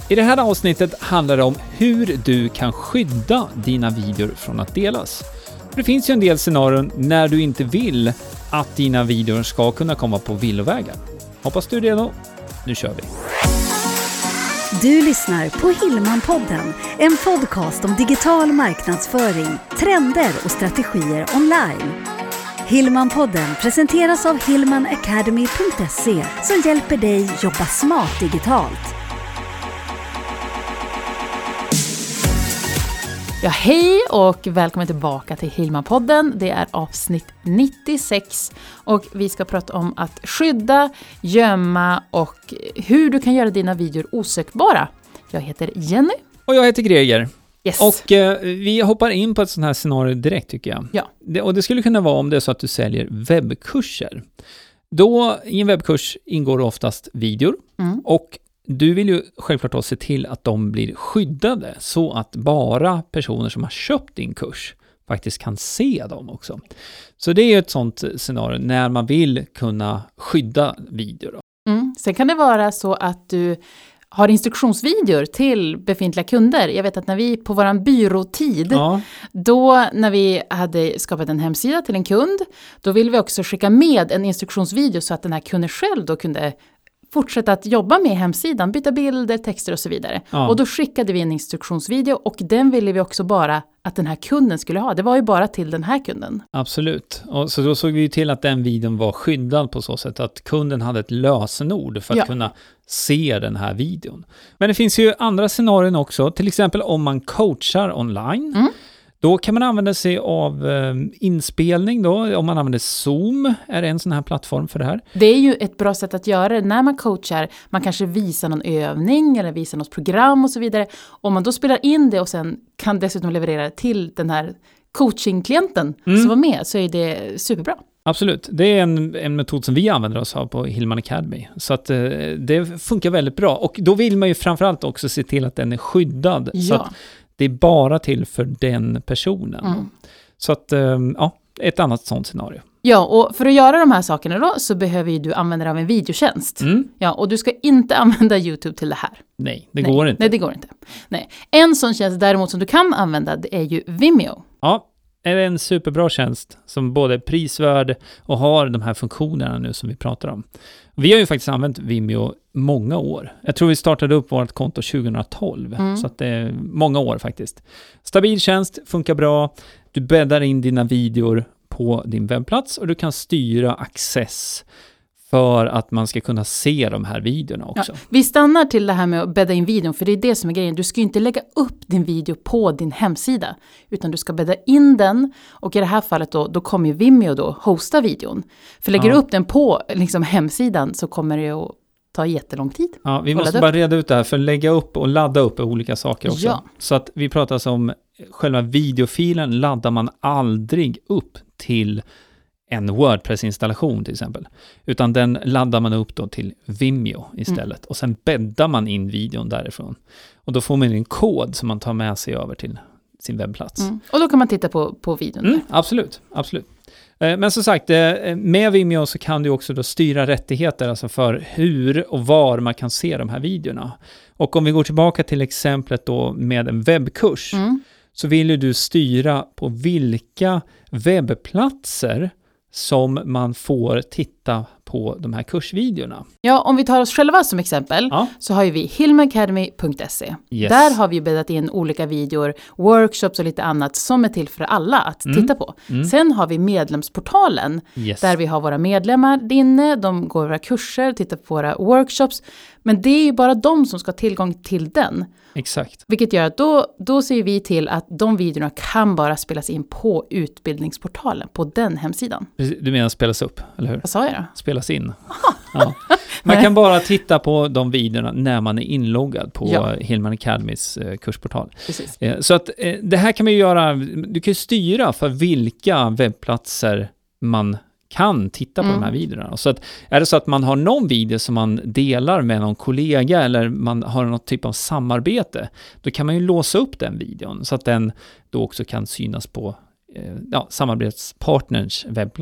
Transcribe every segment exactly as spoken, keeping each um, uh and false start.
I det här avsnittet handlar det om hur du kan skydda dina videor från att delas. För det finns ju en del scenarion när du inte vill att dina videor ska kunna komma på villovägar. Hoppas du är redo. Nu kör vi. Du lyssnar på Hillman-podden, en podcast om digital marknadsföring, trender och strategier online. Hillman-podden presenteras av hillman academy punkt se som hjälper dig jobba smart digitalt. Ja, hej och välkommen tillbaka till Hillman-podden. Det är avsnitt nittiosex och vi ska prata om att skydda, gömma och hur du kan göra dina videor osökbara. Jag heter Jenny. Och jag heter Greger. Yes. Och eh, vi hoppar in på ett sånt här scenario direkt tycker jag. Ja. Det, och det skulle kunna vara om det är så att du säljer webbkurser. Då i en webbkurs ingår oftast videor Mm. och du vill ju självklart då se till att de blir skyddade så att bara personer som har köpt din kurs faktiskt kan se dem också. Så det är ju ett sånt scenario när man vill kunna skydda videor då. Mm. Sen kan det vara så att du har instruktionsvideor till befintliga kunder. Jag vet att när vi på våran byråtid, Ja. då när vi hade skapat en hemsida till en kund, då ville vi också skicka med en instruktionsvideo så att den här kunden själv då kunde fortsätta att jobba med hemsidan, byta bilder, texter och så vidare. Ja. Och då skickade vi en instruktionsvideo och den ville vi också bara att den här kunden skulle ha. Det var ju bara till den här kunden. Absolut. Och så då såg vi ju till att den videon var skyddad på så sätt att kunden hade ett lösenord för att Ja. kunna se den här videon. Men det finns ju andra scenarion också, till exempel om man coachar online. Mm. Då kan man använda sig av eh, inspelning då, om man använder Zoom är det en sån här plattform för det här. Det är ju ett bra sätt att göra det när man coachar. Man kanske visar någon övning eller visar något program och så vidare. Om man då spelar in det och sen kan dessutom leverera det till den här coachingklienten Mm. som var med, så är det superbra. Absolut, det är en, en metod som vi använder oss av på Hillman Academy. Så att eh, det funkar väldigt bra. Och då vill man ju framförallt också se till att den är skyddad. Så Ja. att det är bara till för den personen. Mm. Så att, eh, ja, ett annat sånt scenario. Ja, och för att göra de här sakerna då så behöver ju du använda dig av en videotjänst. Mm. Ja, och du ska inte använda YouTube till det här. Nej, det Nej. går inte. Nej, det går inte. Nej. En sån tjänst däremot som du kan använda, det är ju Vimeo. Ja, är en superbra tjänst som både är prisvärd och har de här funktionerna nu som vi pratar om. Vi har ju faktiskt använt Vimeo många år. Jag tror vi startade upp vårt konto tjugohundratolv, Mm. så att det är många år faktiskt. Stabil tjänst, funkar bra. Du bäddar in dina videor på din webbplats och du kan styra access för att man ska kunna se de här videorna också. Ja, vi stannar till det här med att bädda in videon, för det är det som är grejen. Du ska ju inte lägga upp din video på din hemsida, utan du ska bädda in den, och i det här fallet då, då kommer ju Vimeo då hosta videon. För lägger Ja. du upp den på liksom, hemsidan så kommer det att ta jättelång tid. Ja, vi Och måste ladda bara reda ut det här, för lägga upp och ladda upp är olika saker också. Ja. Så att vi pratar alltså om själva videofilen laddar man aldrig upp till en WordPress-installation till exempel. Utan den laddar man upp då till Vimeo istället. Mm. Och sen bäddar man in videon därifrån. Och då får man en kod som man tar med sig över till sin webbplats. Mm. Och då kan man titta på, på videon Mm, där. absolut, absolut. Eh, Men som sagt, eh, med Vimeo så kan du också då styra rättigheter alltså för hur och var man kan se de här videorna. Och om vi går tillbaka till exemplet då med en webbkurs Mm. så vill ju du styra på vilka webbplatser som man får titta på de här kursvideorna. Ja, om vi tar oss själva som exempel, Ja. så har ju vi hillman academy punkt se. Yes. Där har vi bäddat in olika videor, workshops och lite annat som är till för alla att Mm. titta på. Mm. Sen har vi medlemsportalen Yes. där vi har våra medlemmar inne, de går våra kurser, tittar på våra workshops. Men det är ju bara de som ska ha tillgång till den. Exakt. Vilket gör att då, då ser vi till att de videorna kan bara spelas in på utbildningsportalen, på den hemsidan. Precis, du menar spelas upp, eller hur? Vad sa jag då? Spelas in. Ja. Man kan bara titta på de videorna när man är inloggad på Ja. Hillman Academys eh, kursportal. Precis. Eh, så att eh, det här kan man ju göra, du kan ju styra för vilka webbplatser man kan titta på Mm. de här videorna. Så att är det så att man har någon video som man delar med någon kollega eller man har något typ av samarbete, då kan man ju låsa upp den videon så att den då också kan synas på eh, ja, samarbetspartners webbplats.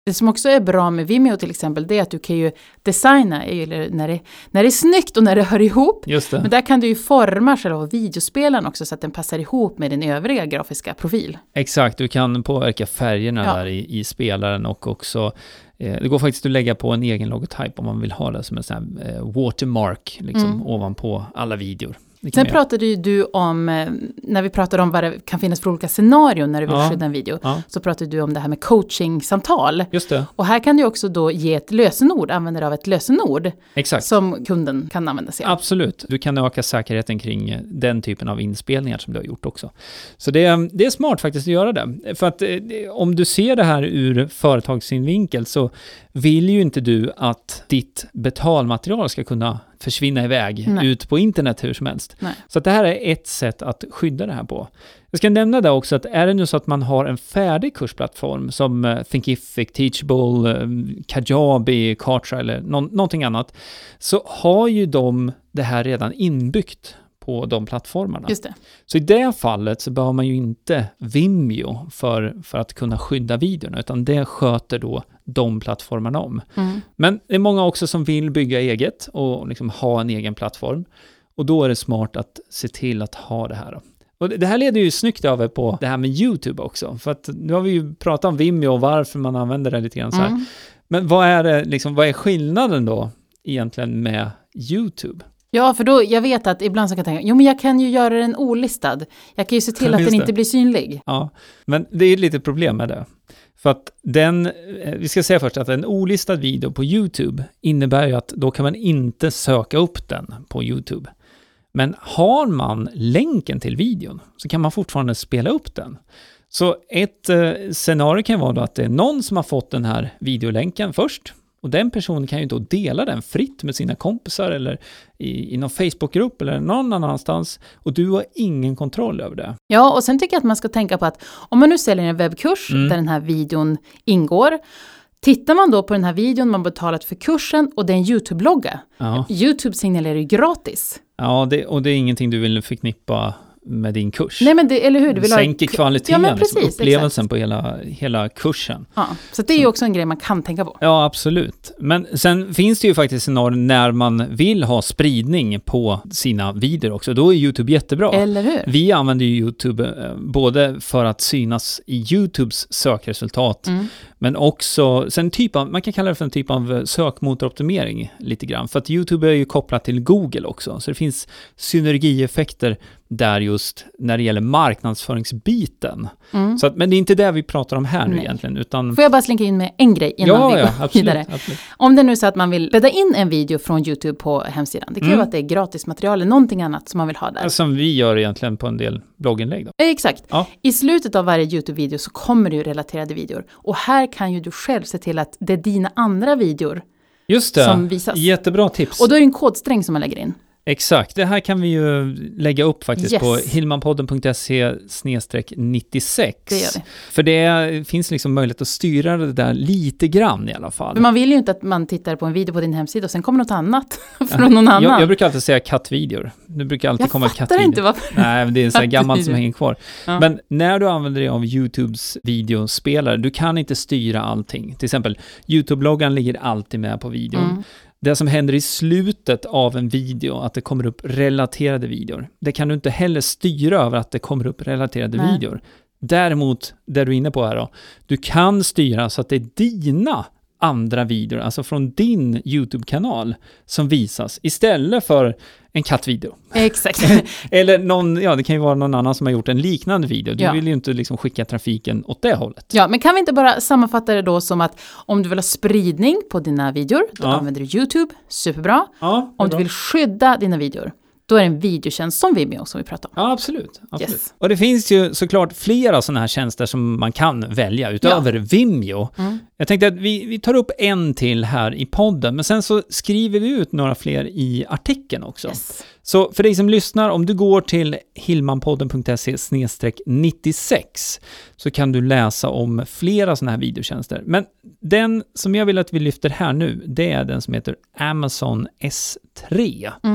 Det som också är bra med Vimeo till exempel, det är att du kan ju designa eller när, det, när det är snyggt och när det hör ihop. Just det. Men där kan du ju forma själva videospelaren också så att den passar ihop med din övriga grafiska profil. Exakt, du kan påverka färgerna Ja. där i, i spelaren och också eh, det går faktiskt att lägga på en egen logotyp om man vill ha det som en sån här eh, watermark liksom, Mm. ovanpå alla videor. Det kan Sen man göra. pratade ju du om, eh, när vi pratade om vad det kan finnas för olika scenarion när du vill Ja. skydda en video, Ja, så pratade du om det här med coaching-samtal. just det. Och här kan du också då ge ett lösenord, använda dig av ett lösenord Exakt. som kunden kan använda sig av. Absolut. Du kan öka säkerheten kring eh, den typen av inspelningar som du har gjort också. Så det, är- det är smart faktiskt att göra det. För att eh, det- om du ser det här ur företagssynvinkel så vill ju inte du att ditt betalmaterial ska kunna försvinna iväg Nej. ut på internet hur som helst. Nej. Så att det här är ett sätt att skydda det här på. Jag ska nämna det också att är det nu så att man har en färdig kursplattform som eh, Thinkific, Teachable, eh, Kajabi, Kartra eller någon, någonting annat, så har ju de det här redan inbyggt på de plattformarna. Just det. Så i det fallet så behöver man ju inte Vimeo för, för att kunna skydda videorna, utan det sköter då de plattformarna om. Mm. Men det är många också som vill bygga eget och liksom ha en egen plattform. Och då är det smart att se till att ha det här då. Och det här leder ju snyggt över på det här med YouTube också. För att nu har vi ju pratat om Vimeo och varför man använder det lite grann så här. Mm. Men vad är det liksom, vad är skillnaden då egentligen med YouTube? Ja, för då, jag vet att ibland så kan jag tänka, jo men jag kan ju göra den olistad. Jag kan ju se till att Just den det. inte blir synlig. Ja, men det är ett litet problem med det. För att den, eh, vi ska säga först att en olistad video på YouTube innebär ju att då kan man inte söka upp den på YouTube. Men har man länken till videon så kan man fortfarande spela upp den. Så ett eh, scenario kan vara då att det är någon som har fått den här videolänken först. Och den personen kan ju då dela den fritt med sina kompisar eller i, i någon Facebookgrupp eller någon annanstans. Och du har ingen kontroll över det. Ja, och sen tycker jag att man ska tänka på att om man nu säljer en webbkurs Mm. där den här videon ingår, tittar man då på den här videon, man betalat för kursen och det är en YouTube-logga. Ja, YouTube signalerar ju gratis. ja det, och det är ingenting du vill förknippa med din kurs. Nej men det, eller hur? Du Det vill ha sänker kvaliteten, Ja, men liksom, precis, upplevelsen på hela, hela kursen. Ja, så det är ju också en grej man kan tänka på. Ja, absolut. Men sen finns det ju faktiskt scenarier när man vill ha spridning på sina videor också. Då är YouTube jättebra. Eller hur? Vi använder ju YouTube eh, både för att synas i YouTubes sökresultat, Mm. men också sen typ av, man kan kalla det för en typ av sökmotoroptimering lite grann. För att YouTube är ju kopplat till Google också. Så det finns synergieffekter där just när det gäller marknadsföringsbiten. Mm. Så att, men det är inte det vi pratar om här nu Nej. egentligen. Utan, Får jag bara slinka in med en grej innan ja, vi går ja, absolut, vidare? absolut. Om det nu är så att man vill bädda in en video från YouTube på hemsidan. Det kan ju Mm. vara att det är gratismaterial eller någonting annat som man vill ha där. Som vi gör egentligen på en del blogginlägg då. Eh, Exakt. Ja. I slutet av varje YouTube-video så kommer det ju relaterade videor. Och här kan ju du själv se till att det är dina andra videor. Just det, Som visas. jättebra tips. Och då är det en kodsträng som man lägger in. Exakt, det här kan vi ju lägga upp faktiskt Yes. på hilmanpodden punkt se nittiosex. Det gör vi. För det finns liksom möjlighet att styra det där lite grann i alla fall. Men man vill ju inte att man tittar på en video på din hemsida och sen kommer något annat från någon annan. Jag, jag brukar alltid säga kattvideor. Det brukar alltid Jag komma fattar kattvideor. inte varför. Nej, det är så här gammalt som Kattvideor. hänger kvar. Ja. Men när du använder dig av YouTubes videospelare, du kan inte styra allting. Till exempel, YouTube-loggan ligger alltid med på videon. Mm. Det som händer i slutet av en video, att det kommer upp relaterade videor, det kan du inte heller styra över att det kommer upp relaterade Nej. videor. Däremot, det du är inne på här då, du kan styra så att det är dina andra videor, alltså från din YouTube-kanal, som visas istället för en kattvideo. Exakt. Eller någon, ja det kan ju vara någon annan som har gjort en liknande video. Du Ja. vill ju inte liksom skicka trafiken åt det hållet. Ja, men kan vi inte bara sammanfatta det då som att om du vill ha spridning på dina videor, då Ja. använder du YouTube, superbra. Ja, Om du vill skydda dina videor, då är det en videotjänst som Vimeo som vi pratar om. Ja, absolut. absolut. Yes. Och det finns ju såklart flera sådana här tjänster som man kan välja utöver Vimeo. Mm. Jag tänkte att vi, vi tar upp en till här i podden, men sen så skriver vi ut några fler i artikeln också. Yes. Så för dig som lyssnar, om du går till hilmanpodden punkt se nittiosex så kan du läsa om flera sådana här videotjänster. Men den som jag vill att vi lyfter här nu, det är den som heter Amazon S tre. Mm.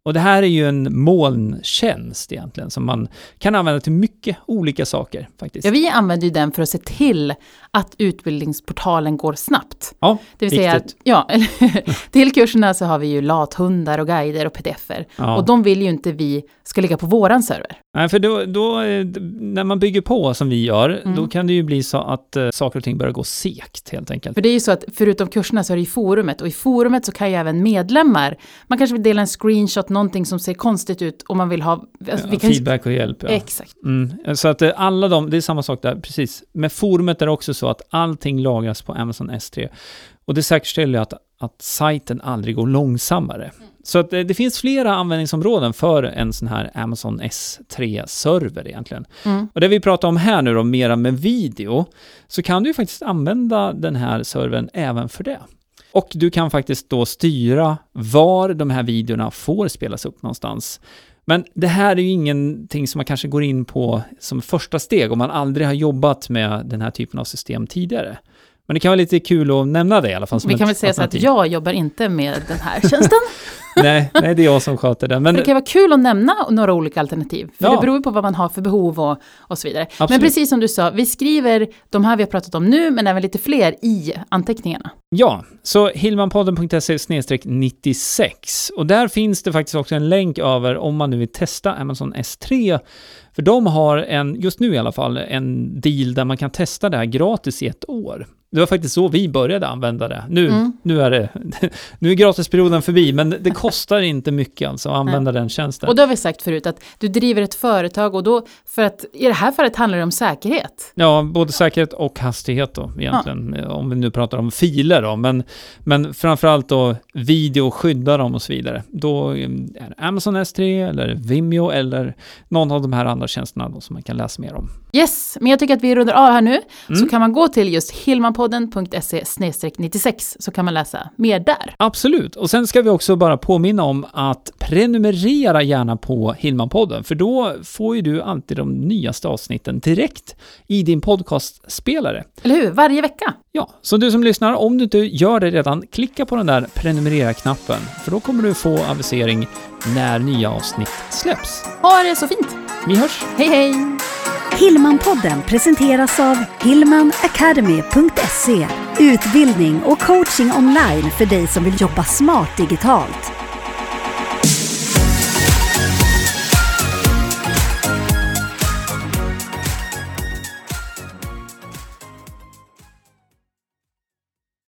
Och det här är ju en molntjänst egentligen som man kan använda till mycket olika saker faktiskt. Ja, vi använder ju den för att se till att utbildningsportalen går snabbt. Ja, det vill säga att, ja, till kurserna så har vi ju lathundar och guider och pdf-er. Ja. Och de vill ju inte vi ska ligga på våran server. Nej, för då, då när man bygger på som vi gör, mm. då kan det ju bli så att uh, saker och ting börjar gå segt helt enkelt. För det är ju så att förutom kurserna så är det i forumet. Och i forumet så kan ju även medlemmar, man kanske vill dela en screenshot, någonting som ser konstigt ut om man vill ha alltså, ja, vi kan... feedback och hjälp. Ja. Exakt. Mm. Så att alla de, det är samma sak där, precis. Med forumet är det också så att allting lagras på Amazon S tre. Och det säkerställer att, att sajten aldrig går långsammare. Mm. Så att det, det finns flera användningsområden för en sån här Amazon S tre-server egentligen. Mm. Och det vi pratar om här nu då, mera med video, så kan du ju faktiskt använda den här servern även för det. Och du kan faktiskt då styra var de här videorna får spelas upp någonstans. Men det här är ju ingenting som man kanske går in på som första steg om man aldrig har jobbat med den här typen av system tidigare. Men det kan vara lite kul att nämna det i alla fall. Vi kan väl säga så att jag jobbar inte med den här tjänsten. nej, nej, det är jag som sköter den. Men det kan vara kul att nämna några olika alternativ. För ja. det beror ju på vad man har för behov och, och så vidare. Absolut. Men precis som du sa, vi skriver de här vi har pratat om nu, men även lite fler i anteckningarna. Ja, så hillmanpodden punkt se slash nittiosex. Och där finns det faktiskt också en länk över om man nu vill testa Amazon S tre. För de har en, just nu i alla fall, en deal där man kan testa det här gratis i ett år. Det var faktiskt så vi började använda det. Nu, mm. nu, är, det, nu är gratisperioden förbi, men det kostar inte mycket alltså att använda Nej. den tjänsten. Och då har vi sagt förut att du driver ett företag och då, för att i det här fallet handlar det om säkerhet. Ja, både säkerhet och hastighet då egentligen, ja. om vi nu pratar om filer då. Men, men framförallt då video, skydda dem och så vidare. Då är det Amazon S tre eller Vimeo eller någon av de här andra tjänsterna då, som man kan läsa mer om. Yes, men jag tycker att vi rundar av här nu. Mm. Så kan man gå till just hillmanpodden punkt se slash nittiosex så kan man läsa mer där. Absolut, och sen ska vi också bara påminna om att prenumerera gärna på Hillmanpodden, för då får ju du alltid de nyaste avsnitten direkt i din podcastspelare. Eller hur? Varje vecka. Ja, så du som lyssnar, om du inte gör det redan, klicka på den där prenumerera-knappen, för då kommer du få avisering när nya avsnitt släpps. Ha det så fint! Vi hörs! Hej hej! Hillmanpodden presenteras av hillman academy punkt se. Utbildning och coaching online för dig som vill jobba smart digitalt.